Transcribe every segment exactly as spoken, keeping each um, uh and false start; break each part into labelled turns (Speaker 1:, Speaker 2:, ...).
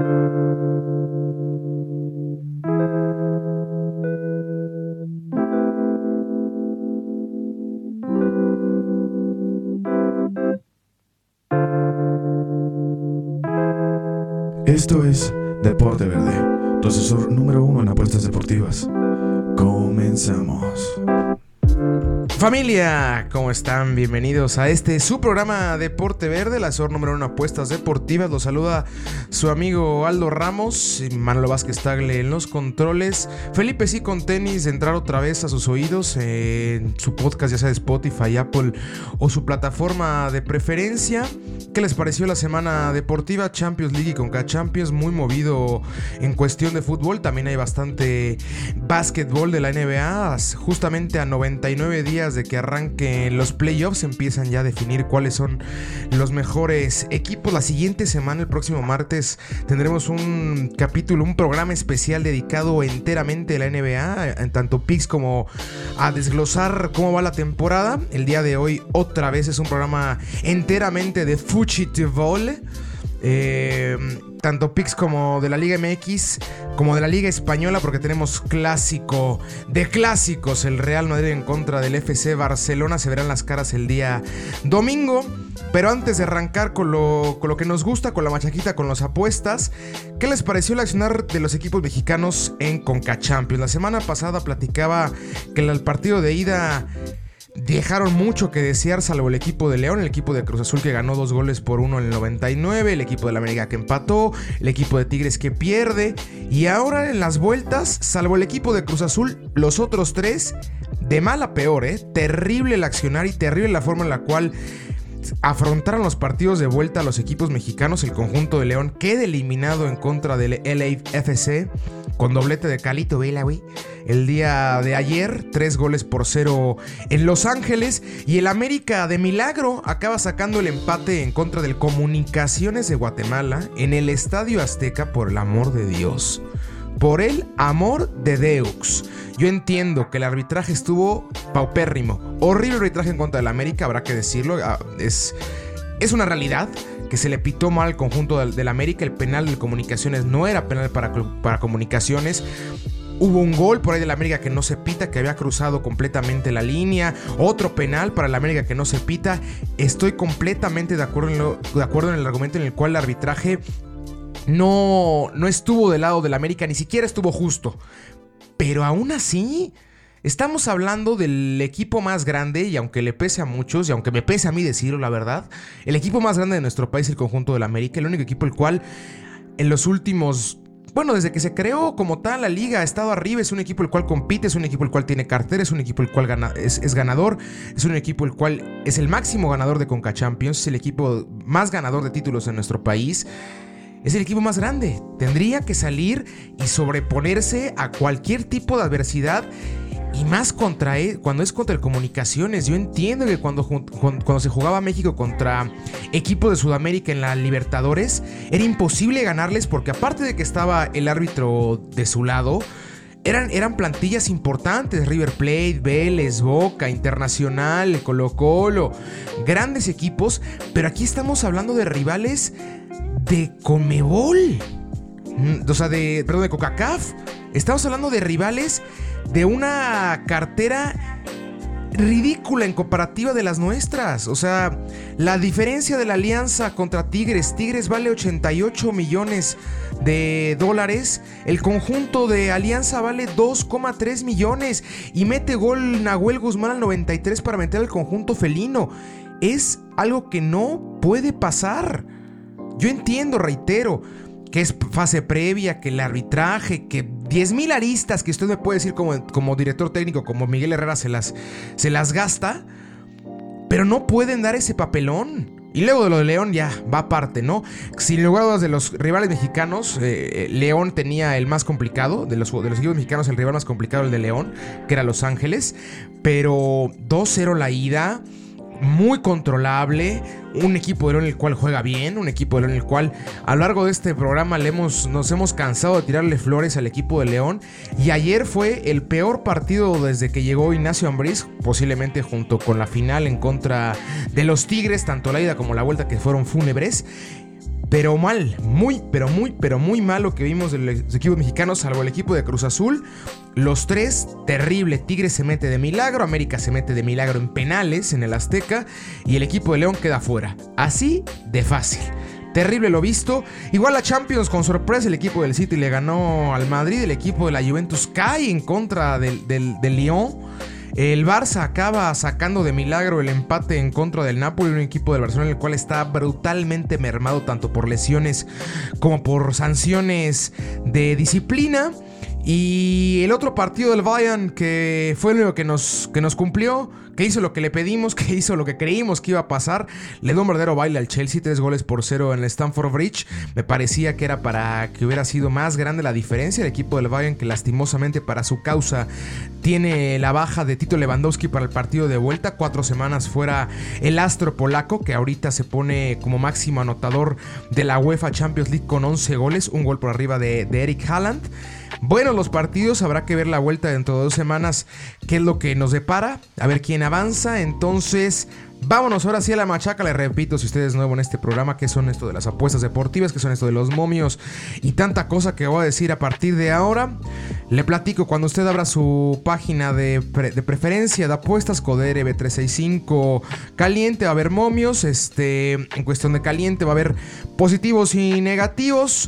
Speaker 1: Esto es Deporte Verde, tu asesor número uno en apuestas deportivas. Comenzamos.
Speaker 2: Familia, ¿cómo están? Bienvenidos a este su programa Deporte Verde, el asesor número uno en apuestas deportivas. Los saluda su amigo Aldo Ramos, Manolo Vázquez Tagle en los controles. Felipe sí con tenis de entrar otra vez a sus oídos eh, en su podcast, ya sea de Spotify, Apple o su plataforma de preferencia. ¿Qué les pareció la semana deportiva? Champions League y Conca Champions, muy movido en cuestión de fútbol. También hay bastante básquetbol de la N B A. Justamente a noventa y nueve días de que arranquen los playoffs, empiezan ya a definir cuáles son los mejores equipos. La siguiente semana, el próximo martes, tendremos un capítulo, un programa especial dedicado enteramente a la N B A, en tanto picks como a desglosar cómo va la temporada. El día de hoy otra vez es un programa enteramente de fútbol. Eh, tanto picks como de la Liga M X como de la Liga Española, porque tenemos clásico de clásicos, el Real Madrid en contra del F C Barcelona. Se verán las caras el día domingo. Pero antes de arrancar con lo, con lo que nos gusta, con la machaquita, con las apuestas, ¿qué les pareció el accionar de los equipos mexicanos en Conca Champions? La semana pasada platicaba que el partido de ida dejaron mucho que desear, salvo el equipo de León, el equipo de Cruz Azul que ganó dos goles por uno en el noventa y nueve, el equipo de la América que empató, el equipo de Tigres que pierde, y ahora en las vueltas, salvo el equipo de Cruz Azul, los otros tres de mal a peor, ¿eh? Terrible el accionar y terrible la forma en la cual afrontaron los partidos de vuelta a los equipos mexicanos. El conjunto de León queda eliminado en contra del L A F C con doblete de Calito Vela, güey, el día de ayer, tres goles por cero en Los Ángeles. Y el América de milagro acaba sacando el empate en contra del Comunicaciones de Guatemala en el Estadio Azteca. Por el amor de Dios, por el amor de Deux. Yo entiendo que el arbitraje estuvo paupérrimo, horrible arbitraje en contra del América, habrá que decirlo. Es, es una realidad que se le pitó mal al conjunto del, del América. El penal del Comunicaciones no era penal para, para Comunicaciones. Hubo un gol por ahí del América que no se pita, que había cruzado completamente la línea. Otro penal para el América que no se pita. Estoy completamente de acuerdo en, lo, de acuerdo en el argumento en el cual el arbitraje no, no estuvo del lado del América, ni siquiera estuvo justo. Pero aún así, estamos hablando del equipo más grande, y aunque le pese a muchos, y aunque me pese a mí decirlo, la verdad, el equipo más grande de nuestro país, el conjunto del América, el único equipo el cual en los últimos... Bueno, desde que se creó como tal la liga ha estado arriba. Es un equipo el cual compite, es un equipo el cual tiene cartera, es un equipo el cual gana, es, es ganador, es un equipo el cual es el máximo ganador de Conca Champions, es el equipo más ganador de títulos en nuestro país. Es el equipo más grande. Tendría que salir y sobreponerse a cualquier tipo de adversidad. Y más contra él, cuando es contra el Comunicaciones. Yo entiendo que cuando, cuando se jugaba México contra equipos de Sudamérica en la Libertadores, era imposible ganarles, porque aparte de que estaba el árbitro de su lado, eran, eran plantillas importantes. River Plate, Vélez, Boca, Internacional, Colo Colo, grandes equipos. Pero aquí estamos hablando de rivales de Conmebol, o sea, de, perdón, de CONCACAF. Estamos hablando de rivales de una cartera ridícula en comparativa de las nuestras. O sea, la diferencia de la Alianza contra Tigres, Tigres vale ochenta y ocho millones de dólares, el conjunto de Alianza vale dos coma tres millones, y mete gol Nahuel Guzmán al noventa y tres para meter al conjunto felino. Es algo que no puede pasar. Yo entiendo, reitero, que es fase previa, que el arbitraje, que diez mil aristas que usted me puede decir como, como director técnico, como Miguel Herrera se las, se las gasta, pero no pueden dar ese papelón. Y luego de lo de León ya va aparte, ¿no? Sin lugar a dudas, de los rivales mexicanos, eh, León tenía el más complicado, de los, de los equipos mexicanos el rival más complicado, el de León, que era Los Ángeles, pero dos cero la ida, muy controlable, un equipo de León el cual juega bien, un equipo de León el cual a lo largo de este programa le hemos, nos hemos cansado de tirarle flores al equipo de León, y ayer fue el peor partido desde que llegó Ignacio Ambriz, posiblemente junto con la final en contra de los Tigres, tanto la ida como la vuelta que fueron fúnebres. pero mal, muy, pero muy, pero muy mal lo que vimos de los equipos mexicanos, salvo el equipo de Cruz Azul. Los tres, terrible. Tigres se mete de milagro, América se mete de milagro en penales en el Azteca y el equipo de León queda fuera. Así de fácil. Terrible lo visto. Igual la Champions, con sorpresa, el equipo del City le ganó al Madrid. El equipo de la Juventus cae en contra del, del, del Lyon. El Barça acaba sacando de milagro el empate en contra del Napoli, un equipo del Barcelona el cual está brutalmente mermado tanto por lesiones como por sanciones de disciplina. Y el otro partido del Bayern, que fue el único que nos, que nos cumplió, que hizo lo que le pedimos, que hizo lo que creímos que iba a pasar. Le dio un verdadero baile al Chelsea, tres goles por cero en el Stamford Bridge. Me parecía que era para que hubiera sido más grande la diferencia. El equipo del Bayern, que lastimosamente para su causa tiene la baja de Tito Lewandowski para el partido de vuelta. Cuatro semanas fuera el astro polaco, que ahorita se pone como máximo anotador de la UEFA Champions League con once goles, un gol por arriba de, de Eric Haaland. Bueno, los partidos, habrá que ver la vuelta dentro de dos semanas, qué es lo que nos depara, a ver quién avanza. Entonces, vámonos ahora sí a la machaca. Les repito, si usted es nuevo en este programa, qué son esto de las apuestas deportivas, qué son esto de los momios y tanta cosa que voy a decir a partir de ahora. Le platico, cuando usted abra su página de, pre- de preferencia de apuestas, Codere B trescientos sesenta y cinco caliente, va a haber momios. Este, en cuestión de caliente va a haber positivos y negativos.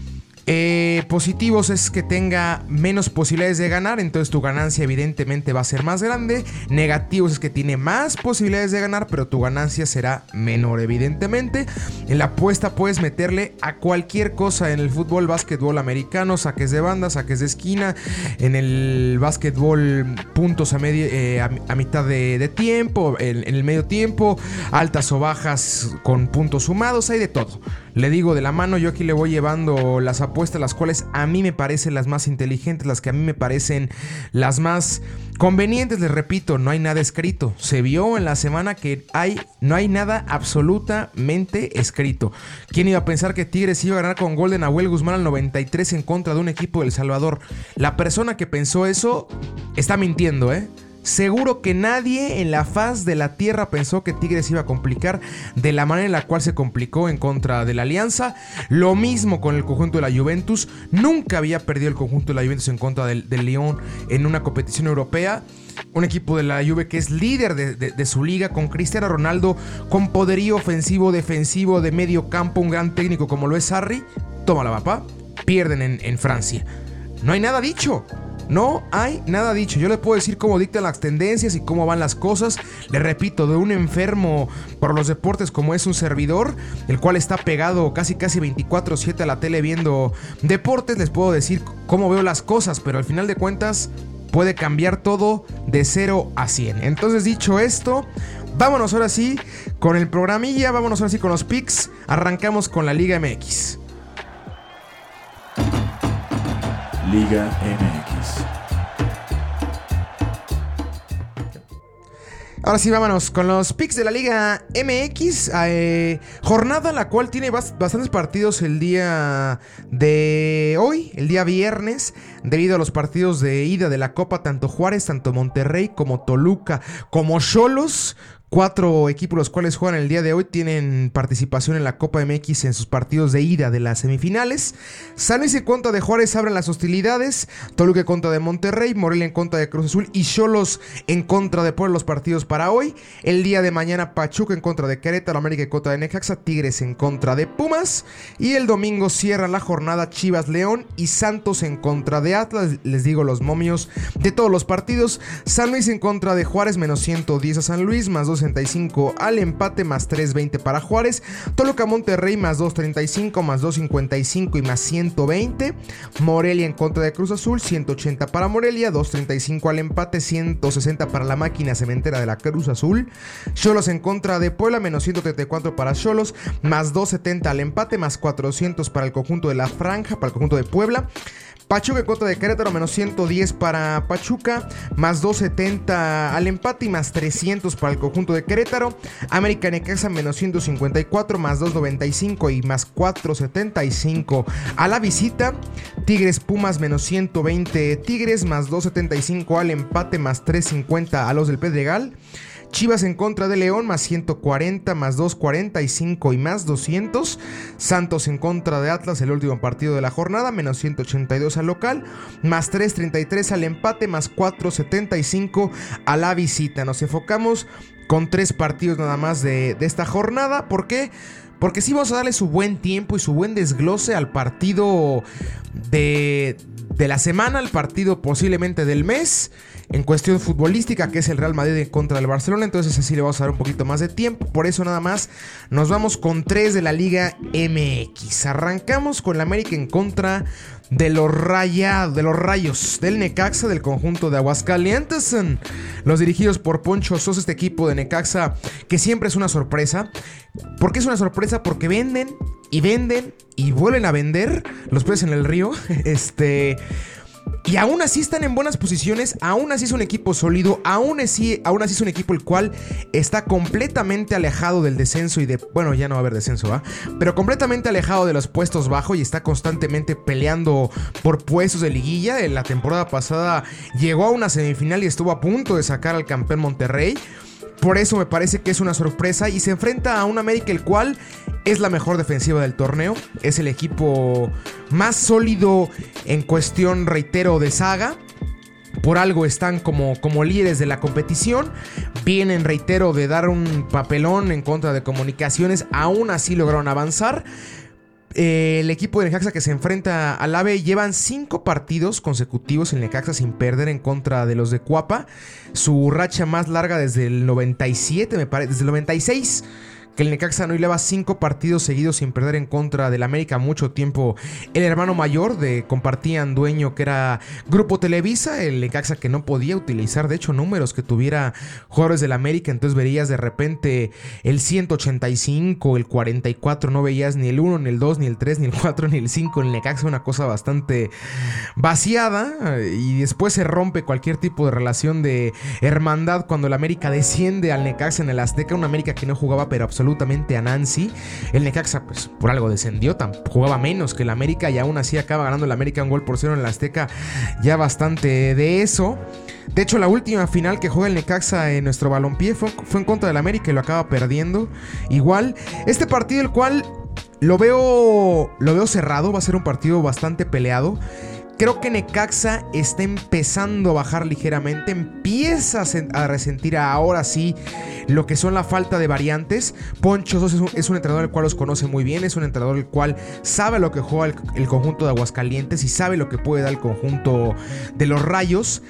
Speaker 2: Eh, positivos es que tenga menos posibilidades de ganar, entonces tu ganancia evidentemente va a ser más grande. Negativos es que tiene más posibilidades de ganar, pero tu ganancia será menor evidentemente. En la apuesta puedes meterle a cualquier cosa en el fútbol, básquetbol americano, saques de banda, saques de esquina. En el básquetbol, puntos a, medio, eh, a, a mitad de, de tiempo, en, en el medio tiempo, altas o bajas con puntos sumados, hay de todo. Le digo de la mano, yo aquí le voy llevando las apuestas, las cuales a mí me parecen las más inteligentes, las que a mí me parecen las más convenientes. Les repito, no hay nada escrito. Se vio en la semana que hay, no hay nada absolutamente escrito. ¿Quién iba a pensar que Tigres iba a ganar con gol de Nahuel Guzmán al noventa y tres en contra de un equipo de El Salvador? La persona que pensó eso está mintiendo, ¿eh? Seguro que nadie en la faz de la tierra pensó que Tigres iba a complicar de la manera en la cual se complicó en contra de la Alianza. Lo mismo con el conjunto de la Juventus. Nunca había perdido el conjunto de la Juventus en contra del, del Lyon en una competición europea. Un equipo de la Juve que es líder de, de, de su liga, con Cristiano Ronaldo, con poderío ofensivo, defensivo, de medio campo, un gran técnico como lo es Sarri. Tómala, papá. Pierden en, en Francia. No hay nada dicho. No hay nada dicho. Yo le puedo decir cómo dictan las tendencias y cómo van las cosas. Le repito, de un enfermo por los deportes como es un servidor, el cual está pegado casi casi veinticuatro siete a la tele viendo deportes, les puedo decir cómo veo las cosas, pero al final de cuentas puede cambiar todo de cero a cien. Entonces, dicho esto, vámonos ahora sí con el programilla, vámonos ahora sí con los picks. Arrancamos con la Liga M X.
Speaker 1: Liga M X.
Speaker 2: Ahora sí, vámonos con los picks de la Liga M X. Eh, jornada la cual tiene bast- bastantes partidos el día de hoy, el día viernes, debido a los partidos de ida de la Copa, tanto Juárez, tanto Monterrey, como Toluca, como Xolos. Cuatro equipos los cuales juegan el día de hoy tienen participación en la Copa M X en sus partidos de ida de las semifinales. San Luis en contra de Juárez abren las hostilidades. Toluca en contra de Monterrey, Morelia en contra de Cruz Azul y Xolos en contra de Puebla, los partidos para hoy. El día de mañana Pachuca en contra de Querétaro, América en contra de Necaxa, Tigres en contra de Pumas. Y el domingo cierran la jornada Chivas León y Santos en contra de Atlas. Les digo los momios de todos los partidos. San Luis en contra de Juárez, menos ciento diez a San Luis, más dos sesenta y cinco al empate, más tres veinte para Juárez. Toluca Monterrey, más dos treinta y cinco, más dos cincuenta y cinco y más ciento veinte. Morelia en contra de Cruz Azul, ciento ochenta para Morelia, dos treinta y cinco al empate, ciento sesenta para la máquina cementera de la Cruz Azul. Xolos en contra de Puebla, menos ciento treinta y cuatro para Xolos, más doscientos setenta al empate, más cuatrocientos para el conjunto de la Franja, para el conjunto de Puebla. Pachuca en contra de Querétaro, menos ciento diez para Pachuca, más doscientos setenta al empate y más trescientos para el conjunto de Querétaro. América Necaxa, menos ciento cincuenta y cuatro, más doscientos noventa y cinco y más cuatrocientos setenta y cinco a la visita. Tigres Pumas, menos ciento veinte Tigres, más doscientos setenta y cinco al empate, más trescientos cincuenta a los del Pedregal. Chivas en contra de León, más ciento cuarenta, más doscientos cuarenta y cinco y más doscientos. Santos en contra de Atlas, el último partido de la jornada, menos ciento ochenta y dos al local, más trescientos treinta y tres al empate, más cuatrocientos setenta y cinco a la visita. Nos enfocamos con tres partidos nada más de, de esta jornada. ¿Por qué? Porque sí vamos a darle su buen tiempo y su buen desglose al partido de, de la semana, al partido posiblemente del mes, en cuestión futbolística, que es el Real Madrid en contra del Barcelona. Entonces así le vamos a dar un poquito más de tiempo. Por eso nada más nos vamos con tres de la Liga M X. Arrancamos con la América en contra de los rayados, de los rayos del Necaxa, del conjunto de Aguascalientes. Los dirigidos por Poncho Sosa, este equipo de Necaxa que siempre es una sorpresa. ¿Por qué es una sorpresa? Porque venden y venden y vuelven a vender los peces en el río. Este... Y aún así están en buenas posiciones, aún así es un equipo sólido, aún así, aún así es un equipo el cual está completamente alejado del descenso y de... Bueno, ya no va a haber descenso, ¿va? Pero completamente alejado de los puestos bajos y está constantemente peleando por puestos de liguilla. En la temporada pasada llegó a una semifinal y estuvo a punto de sacar al campeón Monterrey. Por eso me parece que es una sorpresa y se enfrenta a un América el cual es la mejor defensiva del torneo. Es el equipo más sólido en cuestión, reitero, de saga. Por algo están como, como líderes de la competición. Vienen, reitero, de dar un papelón en contra de Comunicaciones. Aún así lograron avanzar. Eh, el equipo de Necaxa que se enfrenta al AVE llevan cinco partidos consecutivos en Necaxa sin perder en contra de los de Cuapa. Su racha más larga desde el noventa y siete, me parece, desde el noventa y seis. Que el Necaxa no lleva cinco partidos seguidos sin perder en contra del América. Mucho tiempo el hermano mayor de compartían dueño, que era Grupo Televisa. El Necaxa que no podía utilizar, de hecho, números que tuviera jugadores del América. Entonces verías de repente el ciento ochenta y cinco, el cuarenta y cuatro. No veías ni el uno, ni el dos, ni el tres, ni el cuatro, ni el cinco. El Necaxa una cosa bastante vaciada. Y después se rompe cualquier tipo de relación de hermandad cuando el América desciende al Necaxa en el Azteca. Un América que no jugaba pero absolutamente a Nancy. El Necaxa pues por algo descendió, jugaba menos que el América y aún así acaba ganando el América un gol por cero en el Azteca. Ya bastante de eso. De hecho, la última final que juega el Necaxa en nuestro balompié fue, fue en contra del América y lo acaba perdiendo. Igual, este partido el cual lo veo, lo veo cerrado, va a ser un partido bastante peleado. Creo que Necaxa está empezando a bajar ligeramente, empieza a resentir ahora sí lo que son la falta de variantes. Poncho Sosa es un, es un entrenador el cual los conoce muy bien, es un entrenador el cual sabe lo que juega el, el conjunto de Aguascalientes y sabe lo que puede dar el conjunto de los Rayos.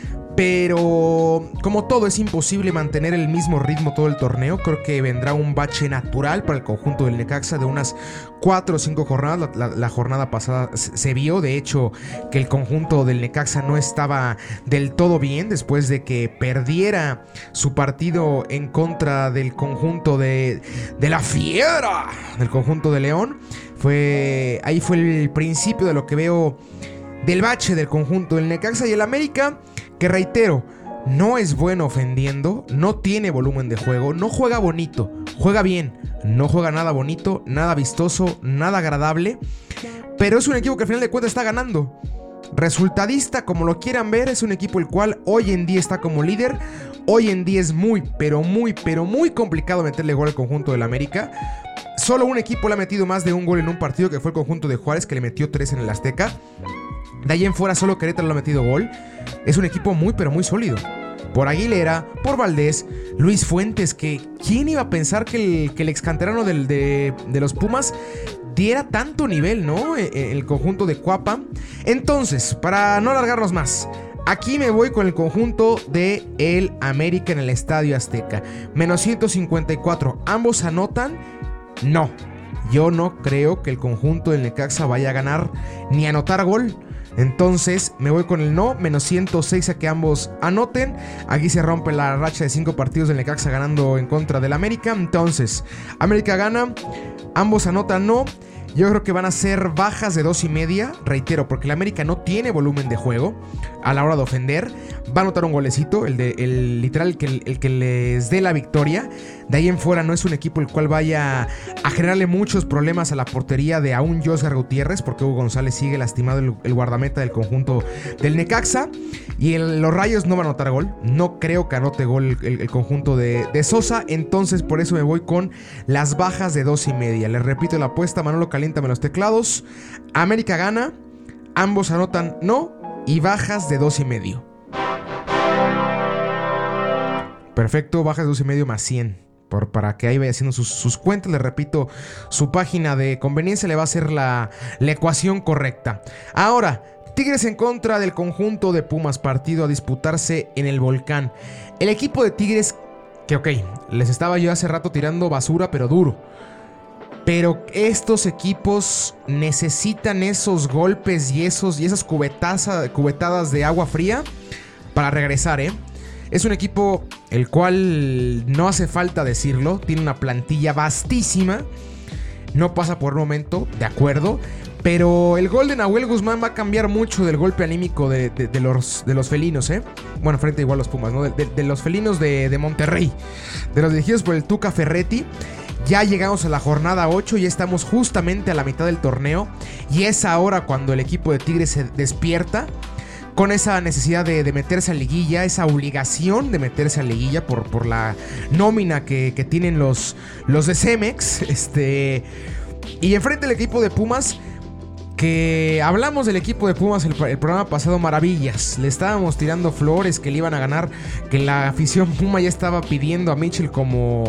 Speaker 2: Pero como todo es imposible mantener el mismo ritmo todo el torneo. Creo que vendrá un bache natural para el conjunto del Necaxa de unas cuatro o cinco jornadas. La, la, la jornada pasada se vio de hecho que el conjunto del Necaxa no estaba del todo bien después de que perdiera su partido en contra del conjunto de, de la Fiera, del conjunto de León. Fue, ahí fue el principio de lo que veo del bache del conjunto del Necaxa. Y el América, que reitero, no es bueno ofendiendo, no tiene volumen de juego, no juega bonito, juega bien, no juega nada bonito, nada vistoso, nada agradable, pero es un equipo que al final de cuentas está ganando. Resultadista, como lo quieran ver, es un equipo el cual hoy en día está como líder. Hoy en día es muy, pero muy, pero muy complicado meterle gol al conjunto del América. Solo un equipo le ha metido más de un gol en un partido, que fue el conjunto de Juárez, que le metió tres en el Azteca. De ahí en fuera solo Querétaro le ha metido gol. Es un equipo muy pero muy sólido. Por Aguilera, por Valdés, Luis Fuentes, que ¿quién iba a pensar que el, que el ex canterano del, de, de los Pumas diera tanto nivel, ¿no? El, el conjunto de Cuapa. Entonces, para no alargarnos más, aquí me voy con el conjunto de el América en el Estadio Azteca. Menos ciento cincuenta y cuatro. ¿Ambos anotan? No. Yo no creo que el conjunto del Necaxa vaya a ganar ni a anotar gol. Entonces me voy con el no, menos ciento seis a que ambos anoten. Aquí se rompe la racha de cinco partidos del Necaxa ganando en contra del América. Entonces, América gana, ambos anotan no. Yo creo que van a ser bajas de dos y media. Reitero, porque el América no tiene volumen de juego a la hora de ofender. Va a anotar un golecito, el, de, el literal, el que, el que les dé la victoria. De ahí en fuera no es un equipo el cual vaya a generarle muchos problemas a la portería de aún Josgar Gutiérrez, porque Hugo González sigue lastimado, el, el guardameta del conjunto del Necaxa. Y el, los Rayos no van a anotar gol. No creo que anote gol el, el, el conjunto de, de Sosa. Entonces por eso me voy con las bajas de dos y media. Les repito la apuesta, Manolo, caliéntame los teclados. América gana, ambos anotan no y bajas de dos y medio. Perfecto, bajas de dos y medio más cien. Por, para que ahí vaya haciendo sus, sus cuentas. Les repito, su página de conveniencia le va a hacer la, la ecuación correcta. Ahora, Tigres en contra del conjunto de Pumas, partido a disputarse en el Volcán. El equipo de Tigres, que ok, les estaba yo hace rato tirando basura, pero duro. Pero estos equipos necesitan esos golpes y, esos, y esas cubetaza, cubetadas de agua fría para regresar, ¿eh? Es un equipo el cual no hace falta decirlo, tiene una plantilla vastísima, no pasa por un momento, de acuerdo, pero el gol de Nahuel Guzmán va a cambiar mucho del golpe anímico de, de, de, los, de los felinos, ¿eh? Bueno, frente igual a los Pumas, ¿no? De, de, de los felinos de, de Monterrey, de los dirigidos por el Tuca Ferretti. Ya llegamos a la jornada ocho y estamos justamente a la mitad del torneo. Y es ahora cuando el equipo de Tigres se despierta con esa necesidad de, de meterse a liguilla, esa obligación de meterse a liguilla por, por la nómina que, que tienen los, los de Cemex. Este, y enfrente el equipo de Pumas, que hablamos del equipo de Pumas el, el programa pasado, maravillas. Le estábamos tirando flores, que le iban a ganar, que la afición Puma ya estaba pidiendo a Mitchell como...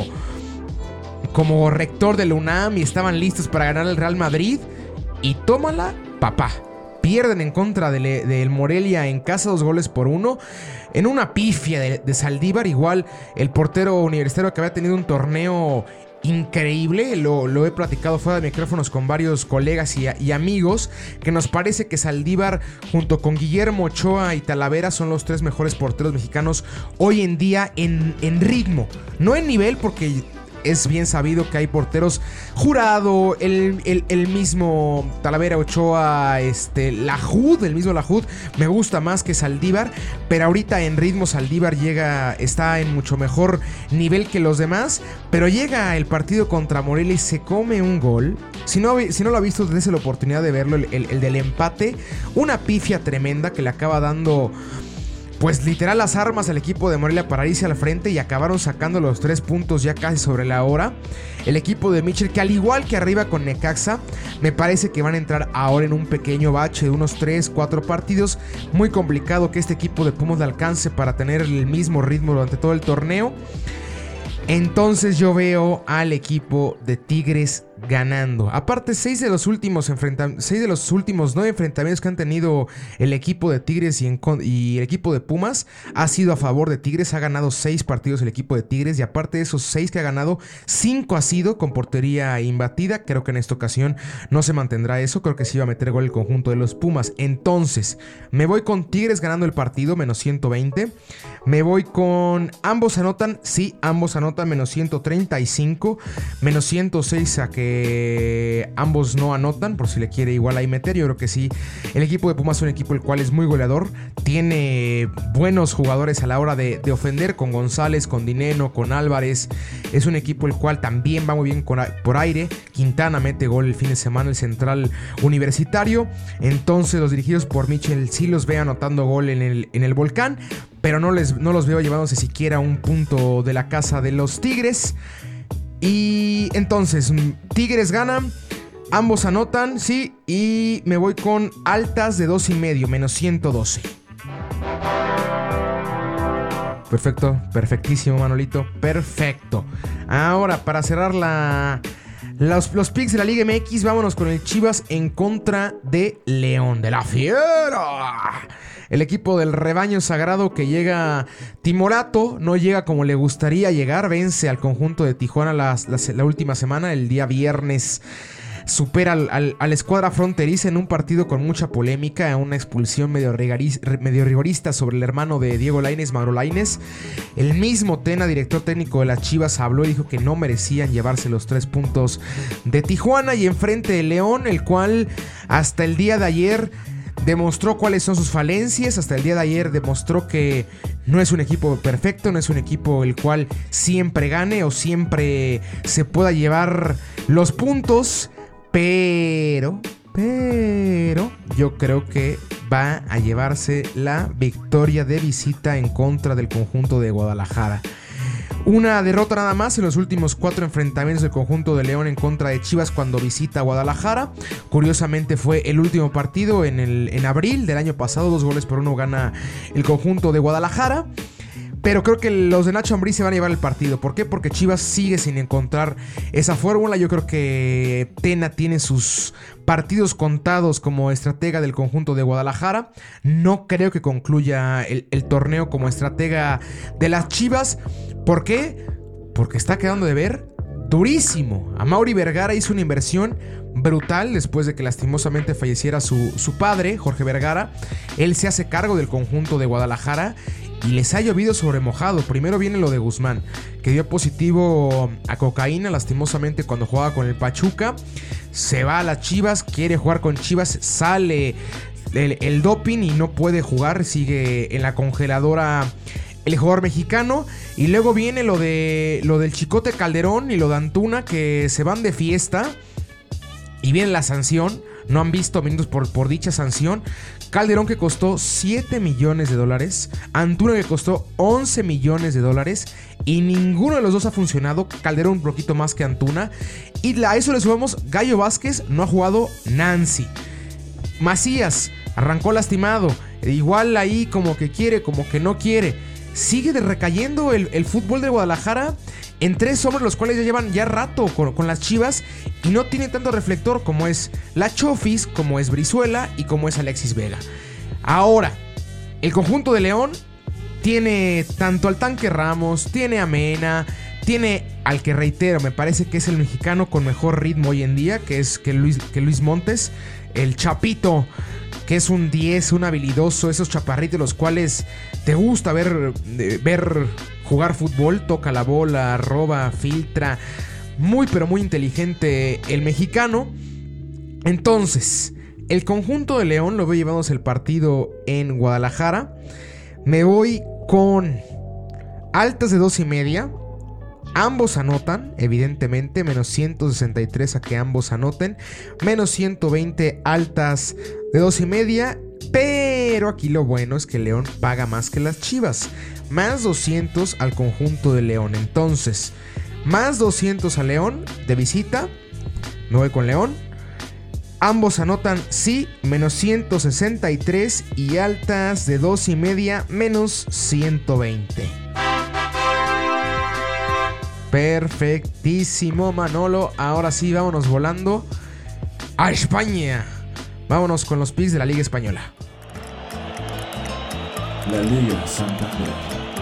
Speaker 2: como rector de la UNAM y estaban listos para ganar el Real Madrid. Y tómala, papá. Pierden en contra del de Morelia en casa, dos goles por uno. En una pifia de, de Saldívar. Igual el portero universitario que había tenido un torneo increíble. Lo, lo he platicado fuera de micrófonos con varios colegas y, y amigos. Que nos parece que Saldívar junto con Guillermo Ochoa y Talavera son los tres mejores porteros mexicanos hoy en día en, en ritmo. No en nivel, porque... es bien sabido que hay porteros Jurado, el, el, el mismo Talavera, Ochoa, este, Lahoud, el mismo Lahoud, me gusta más que Saldívar, pero ahorita en ritmo Saldívar llega, está en mucho mejor nivel que los demás, pero llega el partido contra Morelia y se come un gol. Si no, si no lo ha visto, dése la oportunidad de verlo, el, el, el del empate, una pifia tremenda que le acaba dando... pues literal las armas al equipo de Morelia para irse al frente y acabaron sacando los tres puntos ya casi sobre la hora. El equipo de Mitchell, que al igual que arriba con Necaxa, me parece que van a entrar ahora en un pequeño bache de unos tres, cuatro partidos. Muy complicado que este equipo de Pumas le alcance para tener el mismo ritmo durante todo el torneo. Entonces yo veo al equipo de Tigres ganando. Aparte, seis de los últimos enfrentamientos, seis de los últimos nueve enfrentamientos que han tenido el equipo de Tigres y, en, y el equipo de Pumas ha sido a favor de Tigres. Ha ganado seis partidos el equipo de Tigres y aparte de esos seis que ha ganado, cinco ha sido con portería imbatida. Creo que en esta ocasión no se mantendrá eso. Creo que sí va a meter gol el conjunto de los Pumas. Entonces, me voy con Tigres ganando el partido, menos ciento veinte. Me voy con ambos anotan, sí, ambos anotan, menos ciento treinta y cinco, menos ciento seis a que ambos no anotan, por si le quiere igual ahí meter. Yo creo que sí, el equipo de Pumas es un equipo el cual es muy goleador, tiene buenos jugadores a la hora de, de ofender, con González, con Dineno, con Álvarez. Es un equipo el cual también va muy bien con, por aire. Quintana mete gol el fin de semana, el central universitario. Entonces los dirigidos por Mitchell sí los ve anotando gol en el, en el Volcán, pero no, les, no los veo llevándose siquiera un punto de la casa de los Tigres. Y entonces, Tigres gana, ambos anotan, sí, y me voy con altas de dos y medio, menos ciento doce. Perfecto, perfectísimo, Manolito, perfecto. Ahora, para cerrar la... Los, los picks de la Liga M X, vámonos con el Chivas en contra de León, de la Fiera. El equipo del rebaño sagrado que llega timorato, no llega como le gustaría llegar, vence al conjunto de Tijuana la, la, la última semana, el día viernes supera al, al, a la escuadra fronteriza en un partido con mucha polémica, una expulsión medio, rigariz, medio rigorista sobre el hermano de Diego Lainez, Mauro Lainez. El mismo Tena, director técnico de las Chivas, habló y dijo que no merecían llevarse los tres puntos de Tijuana, y enfrente de León, el cual hasta el día de ayer demostró cuáles son sus falencias. Hasta el día de ayer demostró que no es un equipo perfecto, no es un equipo el cual siempre gane o siempre se pueda llevar los puntos, pero, pero yo creo que va a llevarse la victoria de visita en contra del conjunto de Guadalajara. Una derrota nada más en los últimos cuatro enfrentamientos del conjunto de León en contra de Chivas cuando visita Guadalajara. Curiosamente fue el último partido en, el, en abril del año pasado. Dos goles por uno gana el conjunto de Guadalajara. Pero creo que los de Nacho Ambriz se van a llevar el partido. ¿Por qué? Porque Chivas sigue sin encontrar esa fórmula. Yo creo que Tena tiene sus partidos contados como estratega del conjunto de Guadalajara. No creo que concluya el, el torneo como estratega de las Chivas. ¿Por qué? Porque está quedando de ver durísimo. Amaury Vergara hizo una inversión brutal después de que lastimosamente falleciera su, su padre, Jorge Vergara. Él se hace cargo del conjunto de Guadalajara y les ha llovido sobre mojado. Primero viene lo de Guzmán, que dio positivo a cocaína lastimosamente cuando jugaba con el Pachuca. Se va a las Chivas, quiere jugar con Chivas, sale el, el doping y no puede jugar, sigue en la congeladora el jugador mexicano. Y luego viene lo de lo del Chicote Calderón y lo de Antuna, que se van de fiesta. Y viene la sanción. No han visto minutos por, por dicha sanción. Calderón, que costó siete millones de dólares. Antuna, que costó once millones de dólares. Y ninguno de los dos ha funcionado. Calderón un poquito más que Antuna. Y a eso le sumamos Gallo Vázquez. No ha jugado Nancy. Macías arrancó lastimado. Igual ahí como que quiere, como que no quiere. Sigue recayendo el, el fútbol de Guadalajara en tres hombres, los cuales ya llevan ya rato con, con las Chivas y no tienen tanto reflector como es la Chofis, como es Brizuela y como es Alexis Vega. Ahora, el conjunto de León tiene tanto al Tanque Ramos, tiene a Mena, tiene al que, reitero, me parece que es el mexicano con mejor ritmo hoy en día, que es que Luis, que Luis Montes, el Chapito, que es un diez, un habilidoso, esos chaparritos los cuales te gusta ver, ver jugar fútbol, toca la bola, roba, filtra, muy pero muy inteligente el mexicano. Entonces, el conjunto de León lo veo llevándose el partido en Guadalajara. Me voy con altas de dos y media. Ambos anotan, evidentemente, menos ciento sesenta y tres a que ambos anoten, menos ciento veinte altas de dos y media. Pero aquí lo bueno es que León paga más que las Chivas, más doscientos al conjunto de León. Entonces, más doscientos a León de visita. Me voy con León. Ambos anotan sí, menos ciento sesenta y tres, y altas de dos y media, menos ciento veinte. Perfectísimo, Manolo. Ahora sí, vámonos volando a España. Vámonos con los picks de la Liga Española.
Speaker 1: La Liga Santander.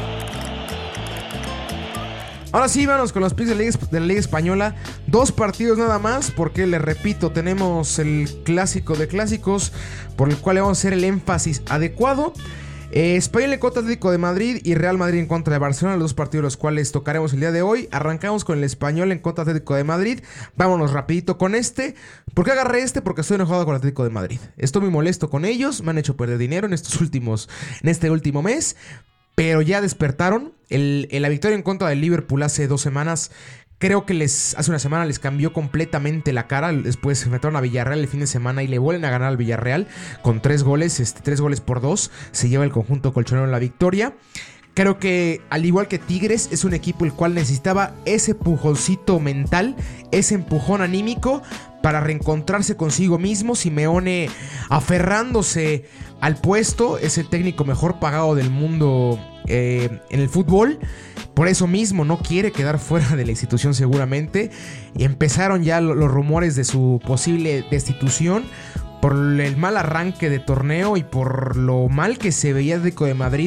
Speaker 2: Ahora sí, vámonos con los picks de la, Liga, de la Liga Española. Dos partidos nada más, porque les repito, tenemos el clásico de clásicos, por el cual le vamos a hacer el énfasis adecuado. Eh, Español en contra Atlético de Madrid y Real Madrid en contra de Barcelona, los dos partidos los cuales tocaremos el día de hoy. Arrancamos con el Español en contra Atlético de Madrid. Vámonos rapidito con este. ¿Por qué agarré este? Porque estoy enojado con Atlético de Madrid. Estoy muy molesto con ellos, me han hecho perder dinero en estos últimos, en este último mes, pero ya despertaron. El, el, la victoria en contra del Liverpool hace dos semanas, creo que les hace una semana les cambió completamente la cara. Después se enfrentaron a Villarreal el fin de semana y le vuelven a ganar al Villarreal con tres goles, este, tres goles por dos. Se lleva el conjunto colchonero la victoria. Creo que, al igual que Tigres, es un equipo el cual necesitaba ese empujoncito mental, ese empujón anímico para reencontrarse consigo mismo. Simeone aferrándose al puesto, es el técnico mejor pagado del mundo eh, en el fútbol. Por eso mismo no quiere quedar fuera de la institución seguramente. Y empezaron ya los rumores de su posible destitución por el mal arranque de torneo y por lo mal que se veía Atlético de Madrid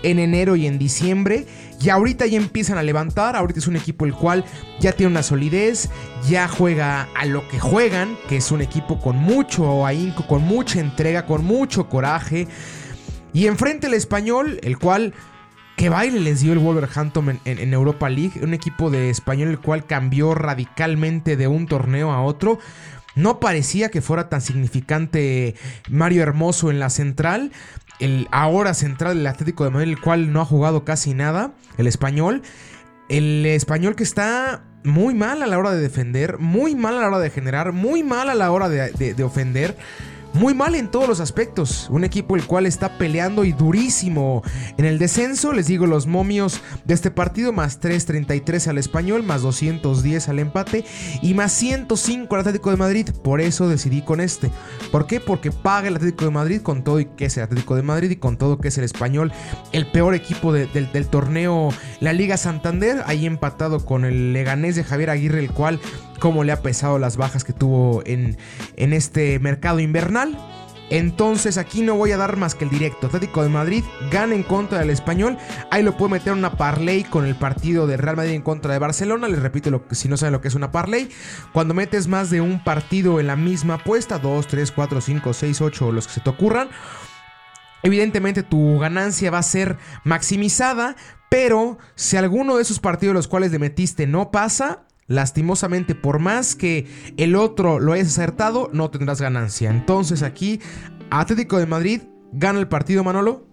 Speaker 2: en enero y en diciembre, y ahorita ya empiezan a levantar. Ahorita es un equipo el cual ya tiene una solidez, ya juega a lo que juegan, que es un equipo con mucho ahínco, con mucha entrega, con mucho coraje. Y enfrente el Español, el cual, qué baile les dio el Wolverhampton en, en, en Europa League. Un equipo de Español el cual cambió radicalmente de un torneo a otro. No parecía que fuera tan significante Mario Hermoso en la central. El ahora central del Atlético de Madrid, el cual no ha jugado casi nada. El Español. El Español que está muy mal a la hora de defender. Muy mal a la hora de generar. Muy mal a la hora de, de, de ofender. Muy mal en todos los aspectos. Un equipo el cual está peleando y durísimo en el descenso. Les digo, los momios de este partido: más tres treinta y tres al Español, más doscientos diez al empate y más ciento cinco al Atlético de Madrid. Por eso decidí con este. ¿Por qué? Porque paga el Atlético de Madrid con todo y que es el Atlético de Madrid, y con todo que es el Español, el peor equipo de, de, del torneo, la Liga Santander. Ahí empatado con el Leganés de Javier Aguirre, el cual, cómo le ha pesado las bajas que tuvo en, en este mercado invernal. Entonces aquí no voy a dar más que el directo. Atlético de Madrid gana en contra del Español. Ahí lo puedo meter en una parlay con el partido de Real Madrid en contra de Barcelona. Les repito, lo que, si no saben lo que es una parlay: cuando metes más de un partido en la misma apuesta, dos, tres, cuatro, cinco, seis, ocho, los que se te ocurran, evidentemente tu ganancia va a ser maximizada. Pero si alguno de esos partidos los cuales le metiste no pasa, lastimosamente, por más que el otro lo hayas acertado, no tendrás ganancia. Entonces aquí Atlético de Madrid gana el partido, Manolo.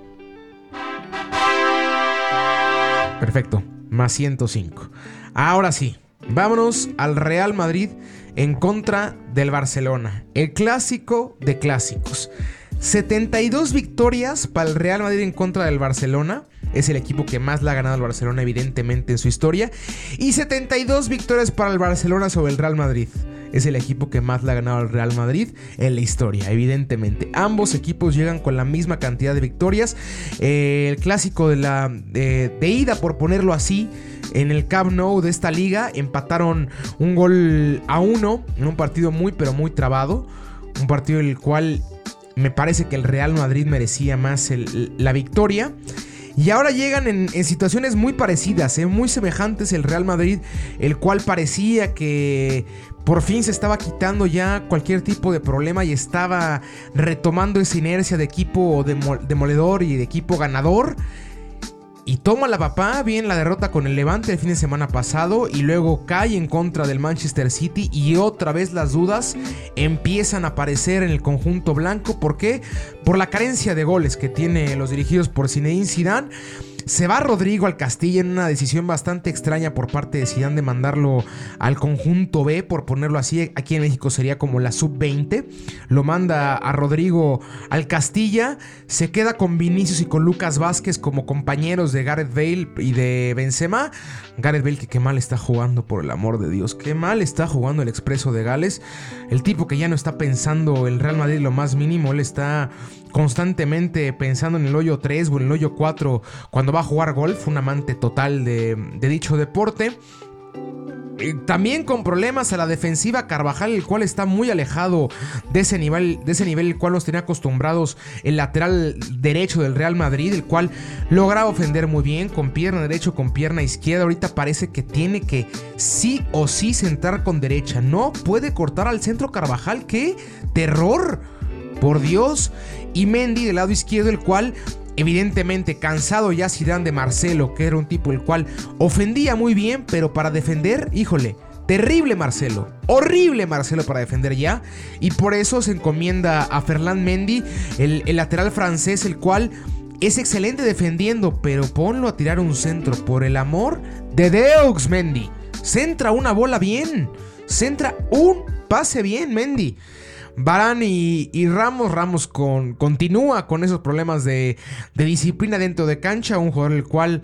Speaker 2: Perfecto, más ciento cinco. Ahora sí, vámonos al Real Madrid en contra del Barcelona. El clásico de clásicos. setenta y dos victorias para el Real Madrid en contra del Barcelona. Es el equipo que más le ha ganado al Barcelona, evidentemente, en su historia. Y setenta y dos victorias para el Barcelona sobre el Real Madrid. Es el equipo que más le ha ganado al Real Madrid en la historia, evidentemente. Ambos equipos llegan con la misma cantidad de victorias. Eh, el clásico de, la, de, de ida, por ponerlo así, en el Camp Nou de esta liga, empataron un gol a uno en un partido muy, pero muy trabado. Un partido en el cual me parece que el Real Madrid merecía más el, la victoria. Y ahora llegan en, en situaciones muy parecidas, ¿eh? muy semejantes. El Real Madrid, el cual parecía que por fin se estaba quitando ya cualquier tipo de problema y estaba retomando esa inercia de equipo demoledor y de equipo ganador. Y toma la papá, bien la derrota con el Levante el fin de semana pasado, y luego cae en contra del Manchester City, y otra vez las dudas empiezan a aparecer en el conjunto blanco. ¿Por qué? Por la carencia de goles que tiene los dirigidos por Zinedine Zidane. Se va Rodrigo al Castilla en una decisión bastante extraña por parte de Zidane de mandarlo al conjunto B, por ponerlo así. Aquí en México sería como la sub veinte. Lo manda a Rodrigo al Castilla. Se queda con Vinicius y con Lucas Vázquez como compañeros de Gareth Bale y de Benzema. Gareth Bale que qué mal está jugando, por el amor de Dios. Qué mal está jugando el Expreso de Gales. El tipo que ya no está pensando el Real Madrid lo más mínimo. Él está constantemente pensando en el hoyo tres o en el hoyo cuatro cuando va a jugar golf. Un amante total de, de dicho deporte. Eh, también con problemas a la defensiva Carvajal, el cual está muy alejado de ese nivel, de ese nivel el cual nos tenía acostumbrados el lateral derecho del Real Madrid, el cual lograba ofender muy bien con pierna derecha, con pierna izquierda. Ahorita parece que tiene que sí o sí centrar con derecha. No puede cortar al centro Carvajal. ¡Qué terror! Por Dios. Y Mendy del lado izquierdo, el cual evidentemente cansado ya Zidane de Marcelo, que era un tipo el cual ofendía muy bien, pero para defender, híjole, terrible Marcelo, horrible Marcelo para defender ya. Y por eso se encomienda a Ferland Mendy, el, el lateral francés, el cual es excelente defendiendo, pero ponlo a tirar un centro, por el amor de Deux, Mendy. Centra una bola bien, centra un pase bien, Mendy. Varane y, y Ramos, Ramos con, continúa con esos problemas de, de disciplina dentro de cancha. Un jugador el cual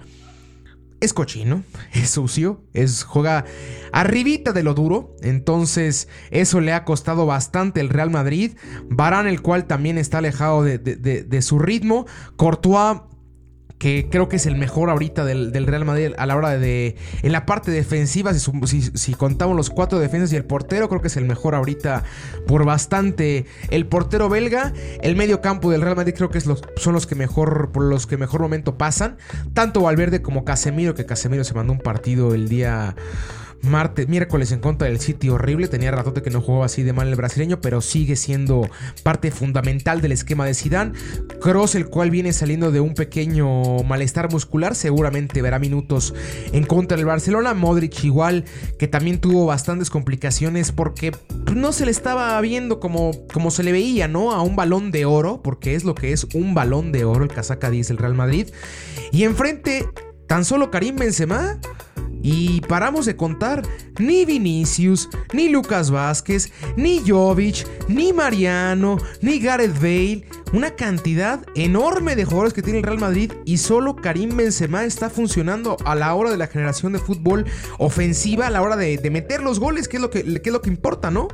Speaker 2: es cochino, es sucio, es, juega arribita de lo duro. Entonces eso le ha costado bastante el Real Madrid. Varane, el cual también está alejado de, de, de, de su ritmo. Courtois, que creo que es el mejor ahorita del, del Real Madrid a la hora de, de en la parte defensiva, si, si, si contamos los cuatro defensas y el portero, creo que es el mejor ahorita por bastante. El portero belga, el medio campo del Real Madrid creo que es los, son los que mejor, por los que mejor momento pasan, tanto Valverde como Casemiro, que Casemiro se mandó un partido el día martes, miércoles en contra del City horrible. Tenía ratote que no jugaba así de mal el brasileño, pero sigue siendo parte fundamental del esquema de Zidane. Kroos, el cual viene saliendo de un pequeño malestar muscular, seguramente verá minutos en contra del Barcelona. Modric igual, que también tuvo bastantes complicaciones porque no se le estaba viendo como, como se le veía, ¿no? A un balón de oro, porque es lo que es un balón de oro, el casaca diez del Real Madrid. Y enfrente, tan solo Karim Benzema. Y paramos de contar, ni Vinicius, ni Lucas Vázquez, ni Jovic, ni Mariano, ni Gareth Bale. Una cantidad enorme de jugadores que tiene el Real Madrid y solo Karim Benzema está funcionando a la hora de la generación de fútbol ofensiva, a la hora de, de meter los goles, que es lo que, que es lo que importa, ¿no?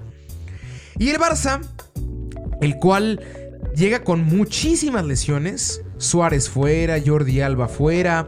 Speaker 2: Y el Barça, el cual llega con muchísimas lesiones. Suárez fuera, Jordi Alba fuera,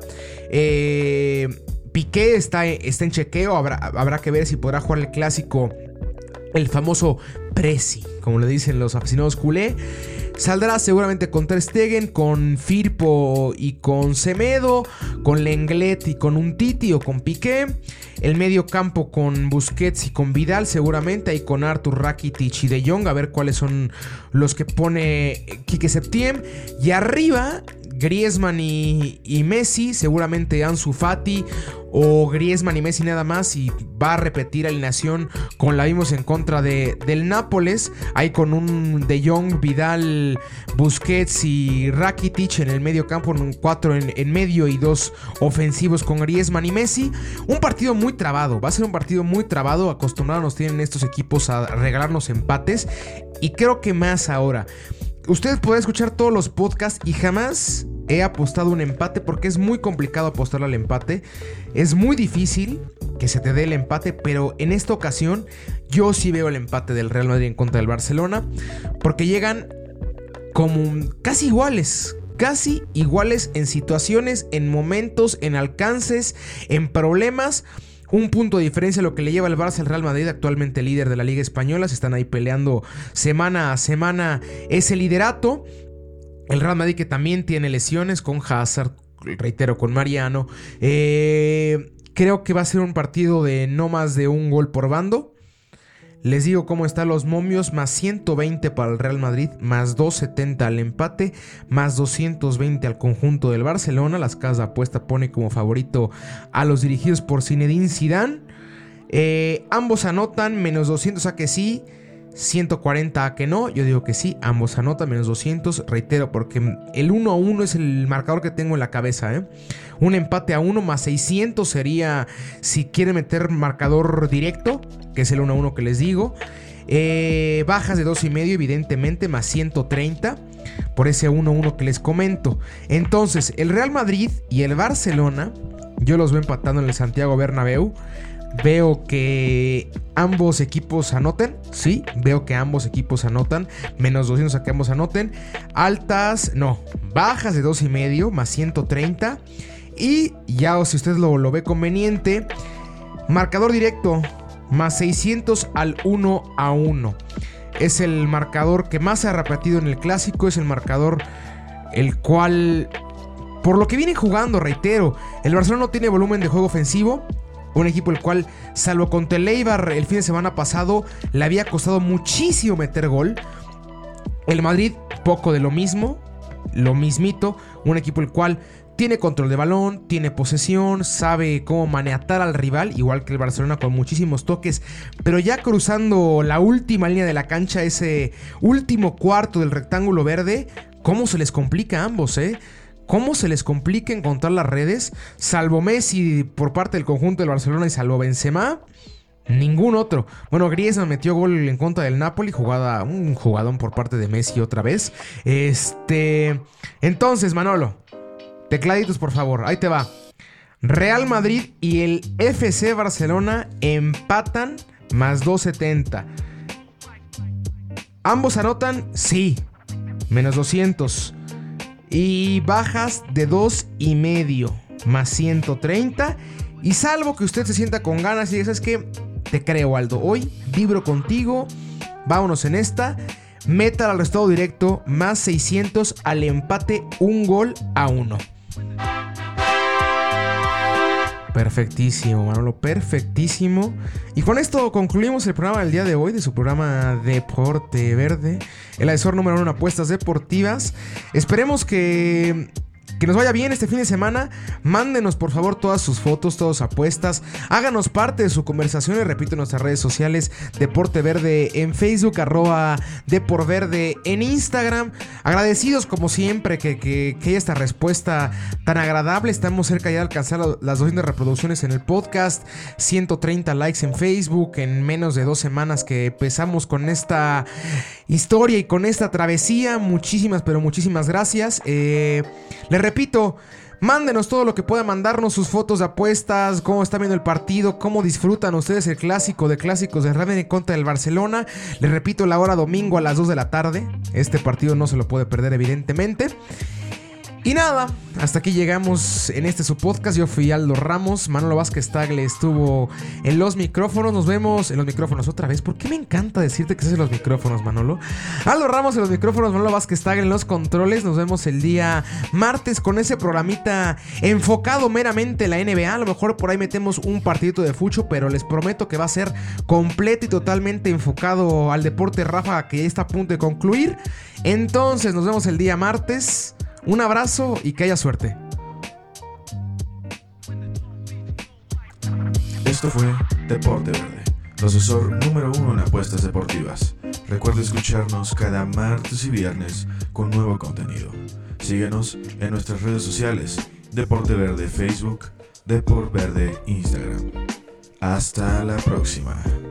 Speaker 2: eh... Piqué está, está en chequeo, habrá, habrá que ver si podrá jugar el clásico, el famoso Presi, como le dicen los aficionados culé. Saldrá seguramente con Ter Stegen, con Firpo y con Semedo, con Lenglet y con Umtiti o con Piqué. El medio campo con Busquets y con Vidal seguramente, ahí con Arthur, Rakitic y De Jong, a ver cuáles son los que pone Quique Septien. Y arriba, Griezmann y, y Messi, seguramente Ansu Fati o Griezmann y Messi nada más, y va a repetir alineación como la vimos en contra de, del Nápoles, ahí con un De Jong, Vidal, Busquets y Rakitic en el medio campo, un cuatro en, en medio y dos ofensivos con Griezmann y Messi. Un partido muy trabado, va a ser un partido muy trabado, acostumbrados nos tienen estos equipos a regalarnos empates, y creo que más ahora. Ustedes pueden escuchar todos los podcasts y jamás he apostado un empate porque es muy complicado apostar al empate. Es muy difícil que se te dé el empate, pero en esta ocasión yo sí veo el empate del Real Madrid en contra del Barcelona porque llegan como casi iguales. Casi iguales en situaciones, en momentos, en alcances, en problemas. Un punto de diferencia lo que le lleva al Barça al Real Madrid, actualmente líder de la Liga Española. Se están ahí peleando semana a semana ese liderato. El Real Madrid que también tiene lesiones con Hazard, reitero, con Mariano. Eh, creo que va a ser un partido de no más de un gol por bando. Les digo cómo están los momios: más ciento veinte para el Real Madrid, más doscientos setenta al empate, más doscientos veinte al conjunto del Barcelona. Las casas de apuesta pone como favorito a los dirigidos por Zinedine Zidane. Eh, ambos anotan, menos doscientos a que sí, ciento cuarenta a que no. Yo digo que sí, ambos anotan, menos doscientos. Reitero, porque el uno a uno es el marcador que tengo en la cabeza, ¿eh? Un empate a uno más seiscientos sería si quieren meter marcador directo, que es el uno a uno que les digo. Eh, bajas de dos y medio, evidentemente, más ciento treinta por ese uno a uno que les comento. Entonces, el Real Madrid y el Barcelona, yo los veo empatando en el Santiago Bernabéu. Veo que ambos equipos anoten. Sí, veo que ambos equipos anotan. Menos doscientos a que ambos anoten. Altas, no, bajas de dos y medio, más ciento treinta. Y ya, si usted lo, lo ve conveniente, marcador directo, más seiscientos al uno a uno. Es el marcador que más se ha repetido en el clásico. Es el marcador el cual, por lo que viene jugando, reitero, el Barcelona no tiene volumen de juego ofensivo. Un equipo el cual, salvo contra el Eibar el fin de semana pasado, le había costado muchísimo meter gol. El Madrid, poco de lo mismo, lo mismito. Un equipo el cual tiene control de balón, tiene posesión, sabe cómo maniatar al rival, igual que el Barcelona, con muchísimos toques. Pero ya cruzando la última línea de la cancha, ese último cuarto del rectángulo verde, ¿cómo se les complica a ambos, eh? ¿Cómo se les complica encontrar las redes? Salvo Messi por parte del conjunto del Barcelona y salvo Benzema, ningún otro. Bueno, Griezmann metió gol en contra del Napoli, jugada, un jugadón por parte de Messi otra vez. Este, entonces, Manolo, tecladitos por favor, ahí te va. Real Madrid y el F C Barcelona empatan, más doscientos setenta. ¿Ambos anotan? Sí, menos doscientos. Y bajas de dos y medio más ciento treinta. Y salvo que usted se sienta con ganas y diga, ¿sabes qué? Te creo, Aldo. Hoy vibro contigo. Vámonos en esta. Meta al resultado directo más seiscientos al empate, un gol a uno. Perfectísimo, Manolo, perfectísimo. Y con esto concluimos el programa del día de hoy, de su programa Deporte Verde, el asesor número uno en apuestas deportivas. Esperemos que... Que nos vaya bien este fin de semana. Mándenos por favor todas sus fotos, todas sus apuestas. Háganos parte de su conversación. Y repito, en nuestras redes sociales: Deporte Verde en Facebook, arroba Depor Verde en Instagram. Agradecidos como siempre que, que, que haya esta respuesta tan agradable. Estamos cerca ya de alcanzar las doscientas reproducciones en el podcast, ciento treinta likes en Facebook en menos de dos semanas que empezamos con esta historia y con esta travesía. Muchísimas, pero muchísimas gracias. Eh, les repito, mándenos todo lo que puedan mandarnos, sus fotos de apuestas, cómo están viendo el partido, cómo disfrutan ustedes el clásico de clásicos de Real Madrid en contra del Barcelona. Les repito, la hora domingo a las dos de la tarde. Este partido no se lo puede perder, evidentemente. Y nada, hasta aquí llegamos en este su podcast. Yo fui Aldo Ramos, Manolo Vázquez Tagle estuvo en los micrófonos. Nos vemos en los micrófonos otra vez. ¿Por qué me encanta decirte que estás en los micrófonos, Manolo? Aldo Ramos en los micrófonos, Manolo Vázquez Tagle en los controles. Nos vemos el día martes con ese programita enfocado meramente en la N B A. A lo mejor por ahí metemos un partidito de fucho, pero les prometo que va a ser completo y totalmente enfocado al deporte ráfaga que ya está a punto de concluir. Entonces nos vemos el día martes. Un abrazo y que haya suerte.
Speaker 1: Esto fue Deporte Verde, tu asesor número uno en apuestas deportivas. Recuerda escucharnos cada martes y viernes con nuevo contenido. Síguenos en nuestras redes sociales: Deporte Verde Facebook, Deporte Verde Instagram. Hasta la próxima.